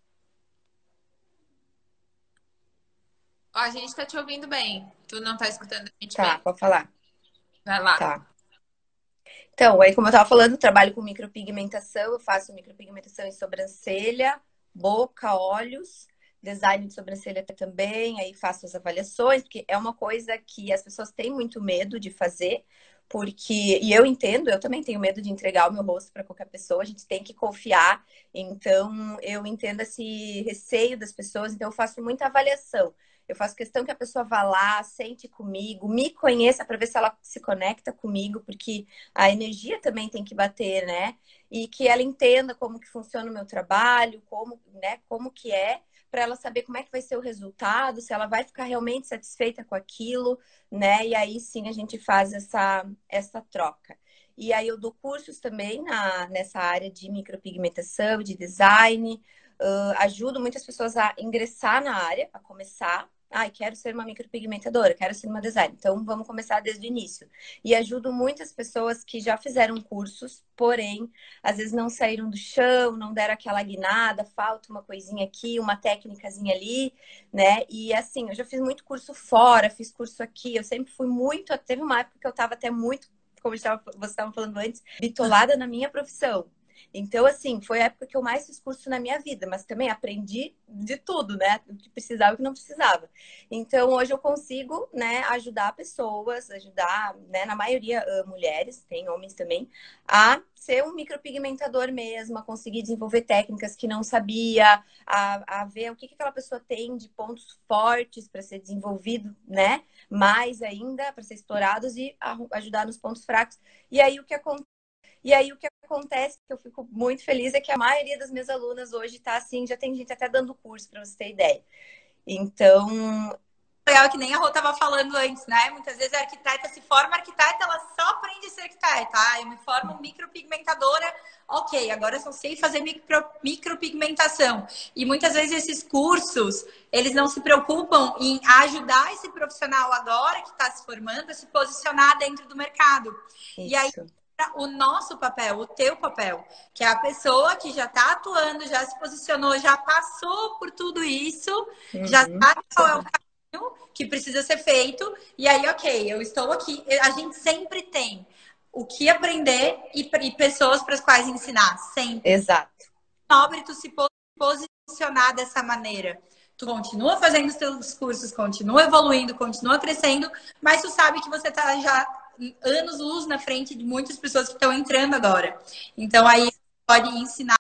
Ó, a gente tá te ouvindo bem. Tu não tá escutando a gente Tá, bem? pode falar. Vai lá. Tá. Então, aí como eu tava falando, eu trabalho com micropigmentação, eu faço micropigmentação em sobrancelha, boca, olhos, design de sobrancelha também, aí faço as avaliações, porque é uma coisa que as pessoas têm muito medo de fazer, porque, e eu entendo, eu também tenho medo de entregar o meu rosto para qualquer pessoa, a gente tem que confiar, então eu entendo esse receio das pessoas, então eu faço muita avaliação. Eu faço questão que a pessoa vá lá, sente comigo, me conheça para ver se ela se conecta comigo, porque a energia também tem que bater, né? E que ela entenda como que funciona o meu trabalho, como, né, como que é, para ela saber como é que vai ser o resultado, se ela vai ficar realmente satisfeita com aquilo, né? E aí sim a gente faz essa, essa troca. E aí eu dou cursos também na, nessa área de micropigmentação, de design, uh, ajudo muitas pessoas a ingressar na área, a começar. Ai, quero ser uma micropigmentadora, quero ser uma designer. Então, vamos começar desde o início. E ajudo muitas pessoas que já fizeram cursos, porém, às vezes não saíram do chão, não deram aquela guinada, falta uma coisinha aqui, uma técnicazinha ali, né? E assim, eu já fiz muito curso fora, fiz curso aqui, eu sempre fui muito... Teve uma época que eu estava até muito como você estava falando antes, bitolada na minha profissão. Então, assim, foi a época que eu mais fiz curso na minha vida, mas também aprendi de tudo, né? O que precisava e o que não precisava. Então, hoje eu consigo, né, ajudar pessoas, ajudar, né, na maioria uh, mulheres, tem homens também, a ser um micropigmentador mesmo, a conseguir desenvolver técnicas que não sabia, a, a ver o que, que aquela pessoa tem de pontos fortes para ser desenvolvido, né? Mais ainda, para ser explorados e a, ajudar nos pontos fracos. E aí, o que acontece? E aí, o que acontece, que eu fico muito feliz, é que a maioria das minhas alunas hoje tá assim, já tem gente até dando curso, para você ter ideia. Então... Legal, que nem a Rô tava falando antes, né? Muitas vezes a arquiteta se forma arquiteta, ela só aprende a ser arquiteta. Ah, eu me formo micropigmentadora, ok, agora eu só sei fazer micro, micropigmentação. E muitas vezes esses cursos, eles não se preocupam em ajudar esse profissional agora que está se formando a se posicionar dentro do mercado. Isso. E aí, o nosso papel, o teu papel, que é a pessoa que já está atuando, já se posicionou, já passou por tudo isso, uhum. já sabe qual é o caminho que precisa ser feito, e aí, ok, eu estou aqui, a gente sempre tem o que aprender e, e pessoas para as quais ensinar, sempre. Exato. Nobre tu se posicionar dessa maneira. Tu continua fazendo os teus cursos, continua evoluindo, continua crescendo, mas tu sabe que você está já anos luz na frente de muitas pessoas que estão entrando agora. Então, aí pode ensinar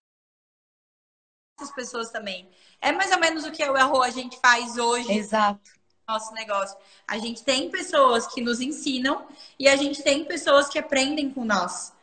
as pessoas também. É mais ou menos o que eu e a Rô a gente faz hoje. Exato. No nosso negócio. A gente tem pessoas que nos ensinam e a gente tem pessoas que aprendem com nós.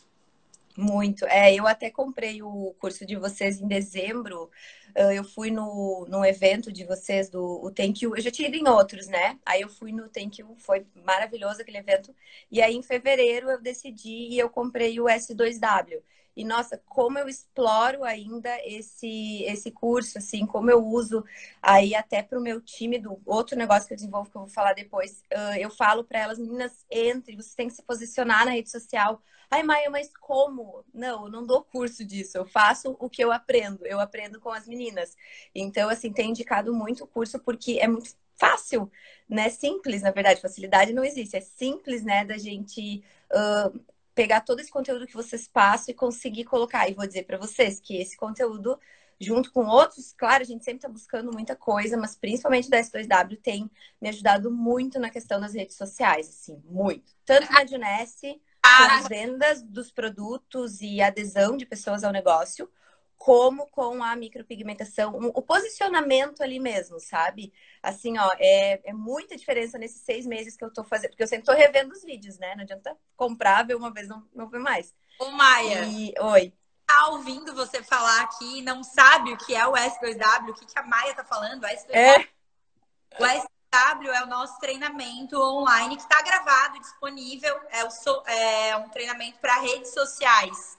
Muito. É, eu até comprei o curso de vocês em dezembro. Eu fui no, no evento de vocês do o Thank You. Eu já tinha ido em outros, né? Aí eu fui no Thank You, foi maravilhoso aquele evento. E aí em fevereiro eu decidi e eu comprei o S dois W. E nossa, como eu exploro ainda esse, esse curso, assim, como eu uso aí até para o meu time do outro negócio que eu desenvolvo, que eu vou falar depois. Eu falo para elas, meninas, entre, vocês têm que se posicionar na rede social. Ai, Maia, mas como? Não, eu não dou curso disso. Eu faço o que eu aprendo. Eu aprendo com as meninas. Então, assim, tenho indicado muito o curso porque é muito fácil, né? Simples, na verdade. Facilidade não existe. É simples, né? Da gente uh, pegar todo esse conteúdo que vocês passam e conseguir colocar. E vou dizer para vocês que esse conteúdo, junto com outros, claro, a gente sempre está buscando muita coisa, mas principalmente da S dois W tem me ajudado muito na questão das redes sociais, assim, muito. Tanto na Junesse, com as vendas dos produtos e adesão de pessoas ao negócio, como com a micropigmentação, o posicionamento ali mesmo, sabe? Assim, ó, é, é muita diferença nesses seis meses que eu tô fazendo, porque eu sempre tô revendo os vídeos, né? Não adianta comprar, ver uma vez, não, não ver mais. Ô, Maia, e... Oi. Tá ouvindo você falar aqui e não sabe o que é o S dois W, o que, que a Maia tá falando, o S dois W. É. O S dois W é o nosso treinamento online que está gravado, disponível, é, o, é um treinamento para redes sociais.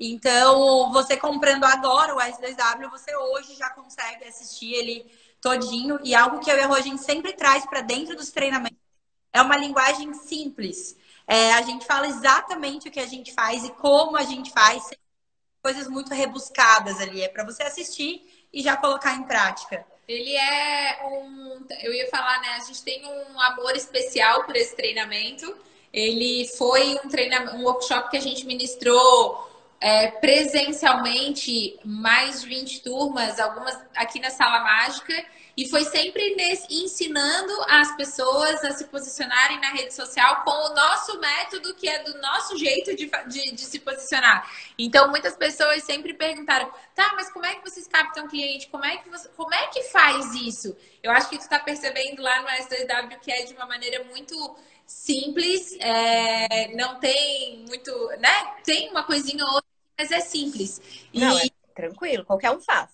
Então, você comprando agora o S dois W, você hoje já consegue assistir ele todinho. E algo que eu e a Rô, a gente sempre traz para dentro dos treinamentos é uma linguagem simples. É, a gente fala exatamente o que a gente faz e como a gente faz, sem coisas muito rebuscadas ali. É para você assistir e já colocar em prática. Ele é um... Eu ia falar, né? A gente tem um amor especial por esse treinamento. Ele foi um, treinamento, um workshop que a gente ministrou é, presencialmente, mais de vinte turmas, algumas aqui na Sala Mágica. E foi sempre nesse, ensinando as pessoas a se posicionarem na rede social com o nosso método, que é do nosso jeito de, de, de se posicionar. Então, muitas pessoas sempre perguntaram, tá, mas como é que vocês captam cliente? Como é que, você, como é que faz isso? Eu acho que tu tá percebendo lá no S dois W que é de uma maneira muito simples, é, não tem muito, né? Tem uma coisinha ou outra, mas é simples. E... Não, é tranquilo, qualquer um faz.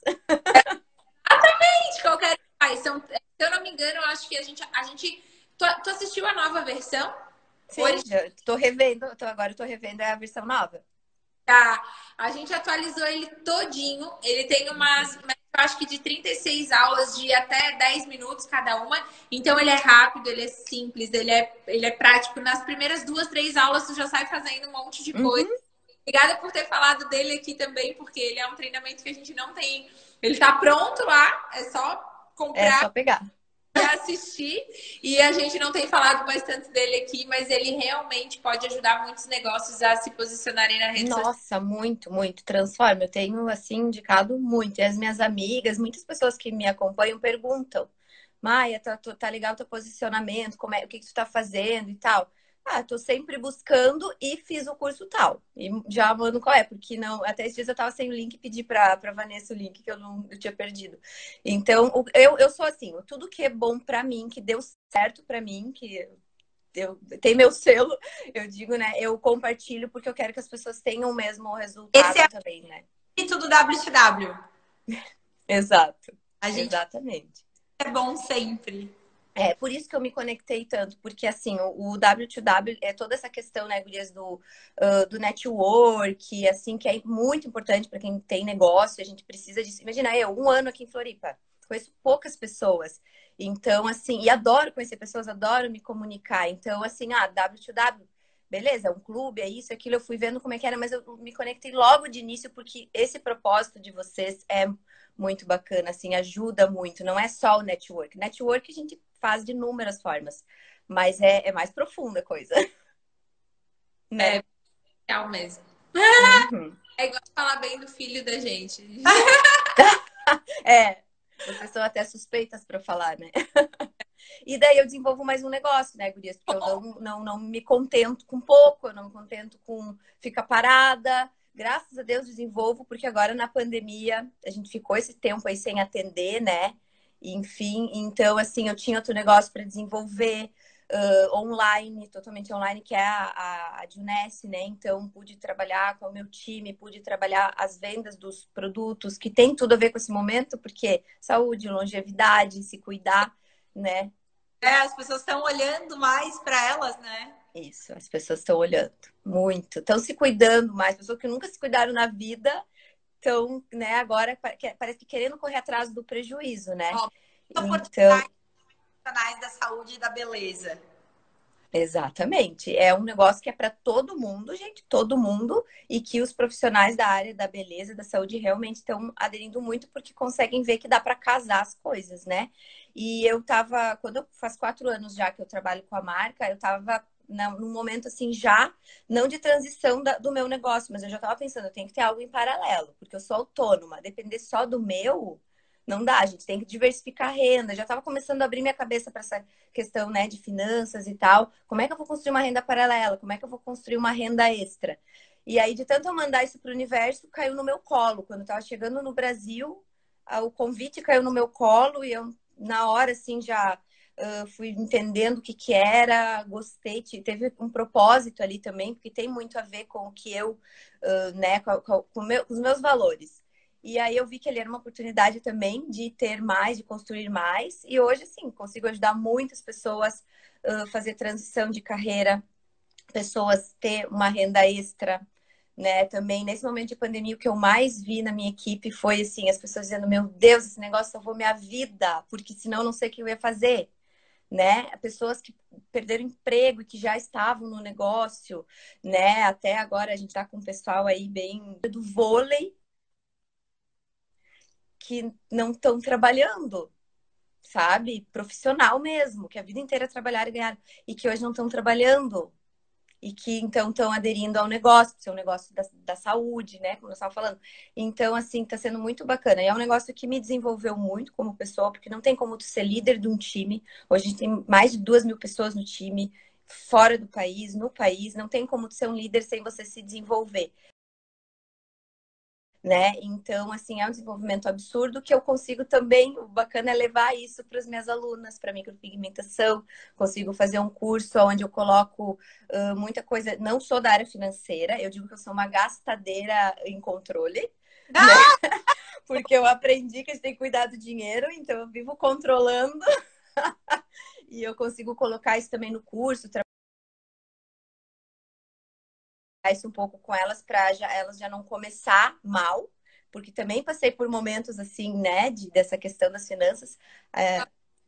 Exatamente, qualquer um. São, se eu não me engano, eu acho que a gente. A gente tu, tu assistiu a nova versão? Sim, já tô revendo, tô, agora eu tô revendo a versão nova. Tá. A gente atualizou ele todinho. Ele tem umas, eu acho que de trinta e seis aulas de até dez minutos cada uma. Então ele é rápido, ele é simples, ele é, ele é prático. Nas primeiras duas, três aulas, tu já sai fazendo um monte de coisa. Uhum. Obrigada por ter falado dele aqui também, porque ele é um treinamento que a gente não tem. Ele tá pronto lá, é só comprar. É só pegar. E para assistir. E a gente não tem falado bastante dele aqui, mas ele realmente pode ajudar muitos negócios a se posicionarem na rede social. Nossa, muito, muito. Transforma. Eu tenho, assim, indicado muito. E as minhas amigas, muitas pessoas que me acompanham perguntam: Maia, tá, tá legal o teu posicionamento, como é, o que, que tu tá fazendo e tal. Ah, tô sempre buscando e fiz o curso tal. E já mando qual é, porque não, até esses dias eu tava sem o link, pedi pra, pra Vanessa o link que eu não eu tinha perdido. Então, eu, eu sou assim, tudo que é bom pra mim, que deu certo pra mim, que eu, tem meu selo, eu digo, né? Eu compartilho porque eu quero que as pessoas tenham o mesmo resultado. Esse é também, né? o espírito do W T W. Exato. A gente Exatamente. é bom sempre. É, por isso que eu me conectei tanto, porque assim, o, o W dois W é toda essa questão, né, gurias, do, uh, do network, assim, que é muito importante para quem tem negócio, a gente precisa disso. Imagina, eu, um ano aqui em Floripa, conheço poucas pessoas, então, assim, e adoro conhecer pessoas, adoro me comunicar, então, assim, ah, W dois W, beleza, é um clube, é isso, é aquilo, eu fui vendo como é que era, mas eu me conectei logo de início, porque esse propósito de vocês é muito bacana, assim, ajuda muito, não é só o network. Network a gente faz de inúmeras formas, mas é, é mais profunda a coisa. Né? É real mesmo. Uhum. É igual falar bem do filho da gente. É, vocês são até suspeitas para falar, né? E daí eu desenvolvo mais um negócio, né, gurias? Porque eu não, não, não me contento com pouco, eu não me contento com ficar parada. Graças a Deus desenvolvo, porque agora na pandemia a gente ficou esse tempo aí sem atender, né? Enfim, então assim, eu tinha outro negócio para desenvolver uh, online, totalmente online, que é a, a, a Junesse, né? Então pude trabalhar com o meu time, pude trabalhar as vendas dos produtos, que tem tudo a ver com esse momento, porque saúde, longevidade, se cuidar, né? É, as pessoas estão olhando mais para elas, né? Isso, as pessoas estão olhando muito, estão se cuidando mais, pessoas que nunca se cuidaram na vida estão, né, agora parece que querendo correr atrás do prejuízo, né? Ó, Então, profissionais da saúde e da beleza. exatamente, é um negócio que é para todo mundo, gente, todo mundo, e que os profissionais da área da beleza, da saúde realmente estão aderindo muito porque conseguem ver que dá para casar as coisas, né? E eu tava, quando eu faz quatro anos já que eu trabalho com a marca, eu tava num momento assim já, não de transição da, do meu negócio, mas eu já tava pensando, eu tenho que ter algo em paralelo, porque eu sou autônoma, depender só do meu, não dá, a gente tem que diversificar a renda. Já tava começando a abrir minha cabeça para essa questão, né, de finanças e tal. Como é que eu vou construir uma renda paralela? Como é que eu vou construir uma renda extra? E aí, de tanto eu mandar isso para o universo, caiu no meu colo. Quando eu tava chegando no Brasil, o convite caiu no meu colo e eu, na hora, assim, já Uh, fui entendendo o que que era, gostei, teve um propósito ali também, porque tem muito a ver com o que eu, uh, né, com, com, com, meu, com os meus valores. E aí eu vi que ele era uma oportunidade também de ter mais, de construir mais. E hoje, sim, consigo ajudar muitas pessoas a uh, fazer transição de carreira, pessoas ter uma renda extra, né? Também, nesse momento de pandemia, o que eu mais vi na minha equipe foi, assim, as pessoas dizendo, meu Deus, esse negócio salvou minha vida, porque senão eu não sei o que eu ia fazer. Né? Pessoas que perderam emprego e que já estavam no negócio, né? Até agora a gente tá com um pessoal aí bem do vôlei que não estão trabalhando, sabe? Profissional mesmo, que a vida inteira trabalharam e ganharam e que hoje não estão trabalhando. E que então estão aderindo ao negócio, que é um negócio da, da saúde, né? Como eu estava falando. Então, assim, tá sendo muito bacana. E é um negócio que me desenvolveu muito como pessoa, porque não tem como tu ser líder de um time. Hoje a gente tem mais de duas mil pessoas no time, fora do país, no país. Não tem como tu ser um líder sem você se desenvolver. Né? Então, assim, é um desenvolvimento absurdo que eu consigo também, o bacana é levar isso para as minhas alunas, para micropigmentação, consigo fazer um curso onde eu coloco uh, muita coisa, não sou da área financeira, eu digo que eu sou uma gastadeira em controle, ah! Né? Porque eu aprendi que a gente tem que cuidar do dinheiro, então eu vivo controlando e eu consigo colocar isso também no curso, isso um pouco com elas para já, elas já não começar mal, porque também passei por momentos assim, né, de, dessa questão das finanças. É...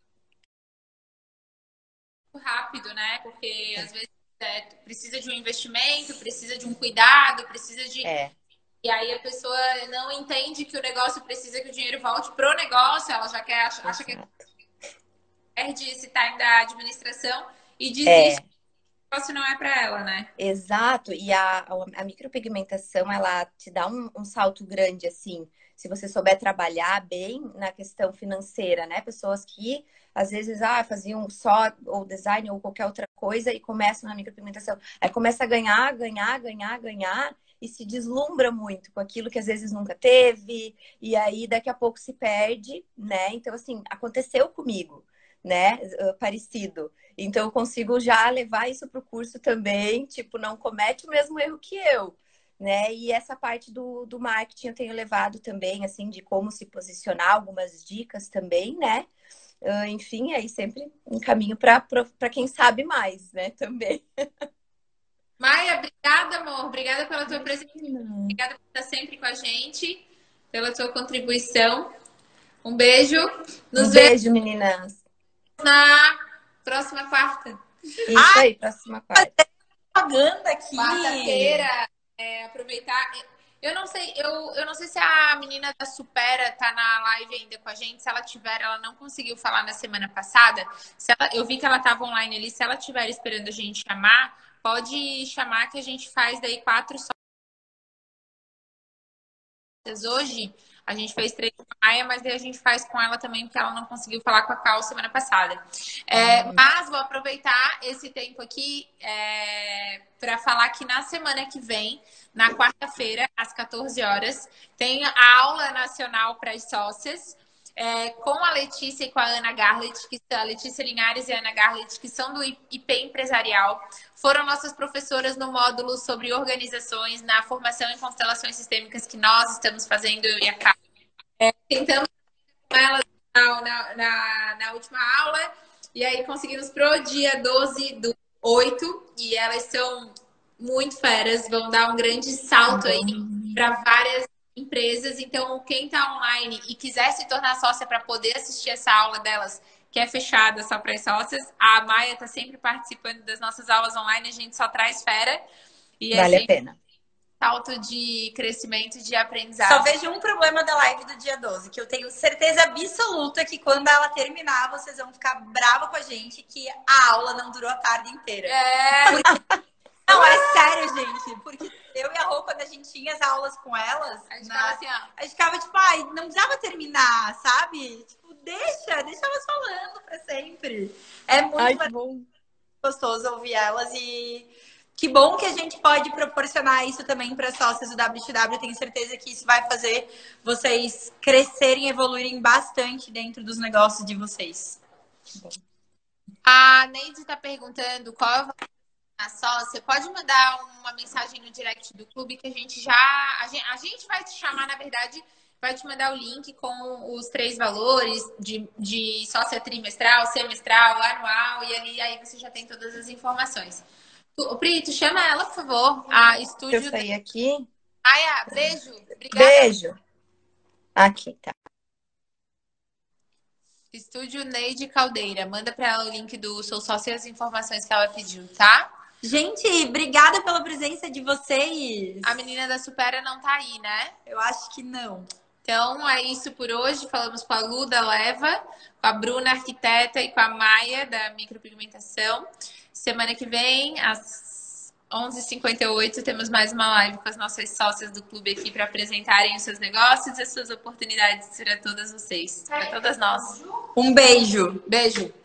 Rápido, né? Porque às vezes é, precisa de um investimento, precisa de um cuidado, precisa de. É. E aí a pessoa não entende que o negócio precisa que o dinheiro volte pro negócio, ela já quer acha, acha que perde esse time da administração e É, desiste, que o negócio não é para ela, né? exato. E a, a micropigmentação, ela te dá um, um salto grande, assim, se você souber trabalhar bem na questão financeira, né? Pessoas que, às vezes, ah, faziam só ou design ou qualquer outra coisa e começam na micropigmentação. Aí começa a ganhar, ganhar, ganhar, ganhar e se deslumbra muito com aquilo que às vezes nunca teve e aí daqui a pouco se perde, né? Então, assim, aconteceu comigo, né? Uh, Parecido. Então, eu consigo já levar isso para o curso também, tipo, não comete o mesmo erro que eu, né? E essa parte do, do marketing eu tenho levado também, assim, de como se posicionar, algumas dicas também, né? Uh, enfim, aí sempre um caminho para quem sabe mais, né? Também. Maia, obrigada, amor. Obrigada pela tua presença. Obrigada por estar sempre com a gente, pela tua contribuição. Um beijo. Nos Um vemos beijo, meninas. na próxima quarta. Isso aí, próxima quarta. Propaganda aqui. Quarta-feira, é, aproveitar. Eu não sei, eu, eu não sei se a menina da Supera tá na live ainda com a gente. Se ela tiver, ela não conseguiu falar na semana passada. Se ela, eu vi que ela tava online ali. Se ela estiver esperando a gente chamar, pode chamar que a gente faz daí quatro sócias hoje. A gente fez três com a Maia, mas daí a gente faz com ela também, porque ela não conseguiu falar com a Cal semana passada. É, Hum. Mas vou aproveitar esse tempo aqui é, para falar que na semana que vem, na quarta-feira, às quatorze horas, tem a aula nacional para as sócias. É, com a Letícia e com a Ana Garlet, que a Letícia Linhares e a Ana Garlet, que são do I P Empresarial, foram nossas professoras no módulo sobre organizações, na formação em constelações sistêmicas que nós estamos fazendo, eu e a Carla. É, tentamos com elas na, na, na, na última aula, e aí conseguimos pro dia doze do oito, e elas são muito feras, vão dar um grande salto aí para várias empresas. Então, quem está online e quiser se tornar sócia para poder assistir essa aula delas, que é fechada só para as sócias, a Maia está sempre participando das nossas aulas online, a gente só traz fera. E Vale é a pena. salto de crescimento e de aprendizado. Só vejo um problema da live do dia doze, que eu tenho certeza absoluta que quando ela terminar, vocês vão ficar bravos com a gente, que a aula não durou a tarde inteira. É, Não, é sério, gente. Porque eu e a Rô, quando a gente tinha as aulas com elas, a gente na- fala assim, ó. a gente ficava tipo, ai, não precisava terminar, sabe? Tipo, deixa, deixa elas falando pra sempre. É muito Ai, que bom. gostoso ouvir elas e que bom que a gente pode proporcionar isso também para sócias do W T W. Eu tenho certeza que isso vai fazer vocês crescerem e evoluírem bastante dentro dos negócios de vocês. A Neide está perguntando qual é o valor da sócia. Pode mandar uma mensagem no direct do clube que a gente já... A gente, a gente vai te chamar, na verdade, vai te mandar o link com os três valores de, de sócia trimestral, semestral, anual, e ali aí você já tem todas as informações. Tu, Pri, tu chama ela, por favor. A Eu estúdio... saí aqui. Aya, beijo. Obrigada. Beijo. Aqui, tá. Estúdio Neide Caldeira. Manda para ela o link do Sou Sócio e as informações que ela pediu, tá? Gente, obrigada pela presença de vocês. A menina da Supera não tá aí, né? Eu acho que não. Então, é isso por hoje. Falamos com a Lu, da Leva, com a Bruna, arquiteta, e com a Maia, da micropigmentação. Semana que vem, às onze e cinquenta e oito, temos mais uma live com as nossas sócias do clube aqui para apresentarem os seus negócios e as suas oportunidades para todas vocês, para todas nós. Um beijo. Beijo!